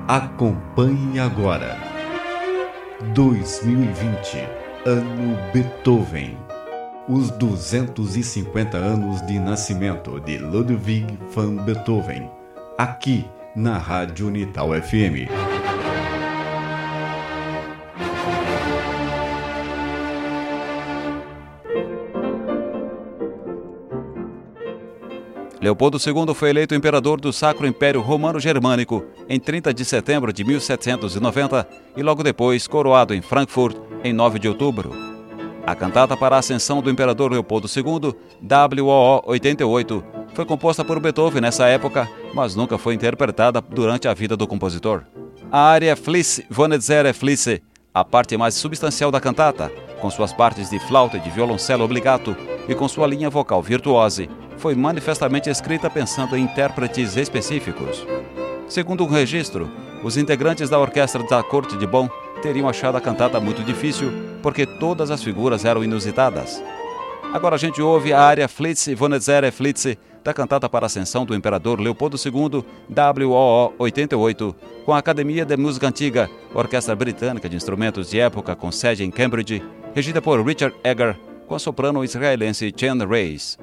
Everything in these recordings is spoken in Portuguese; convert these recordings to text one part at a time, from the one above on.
Acompanhe agora 2020, ano Beethoven. Os 250 anos de nascimento de Ludwig van Beethoven, aqui na Rádio Unital FM. Leopoldo II foi eleito imperador do Sacro Império Romano-Germânico em 30 de setembro de 1790 e logo depois coroado em Frankfurt em 9 de outubro. A cantata para a ascensão do imperador Leopoldo II, WOO 88, foi composta por Beethoven nessa época, mas nunca foi interpretada durante a vida do compositor. A área Fließ von der Fließe, a parte mais substancial da cantata, com suas partes de flauta e de violoncelo obligato e com sua linha vocal virtuose, foi manifestamente escrita pensando em intérpretes específicos. Segundo um registro, os integrantes da orquestra da corte de Bonn teriam achado a cantata muito difícil porque todas as figuras eram inusitadas. Agora a gente ouve a área Fließ von der Fließe da cantata para a ascensão do imperador Leopoldo II, WOO 88, com a Academia de Música Antiga, orquestra britânica de instrumentos de época com sede em Cambridge, regida por Richard Egger, com a soprano israelense Chen Reis.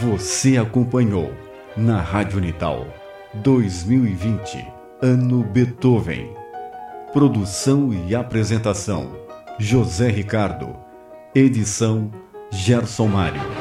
Você acompanhou na Rádio Unital 2020, Ano Beethoven. Produção e apresentação: José Ricardo. Edição: Gerson Mário.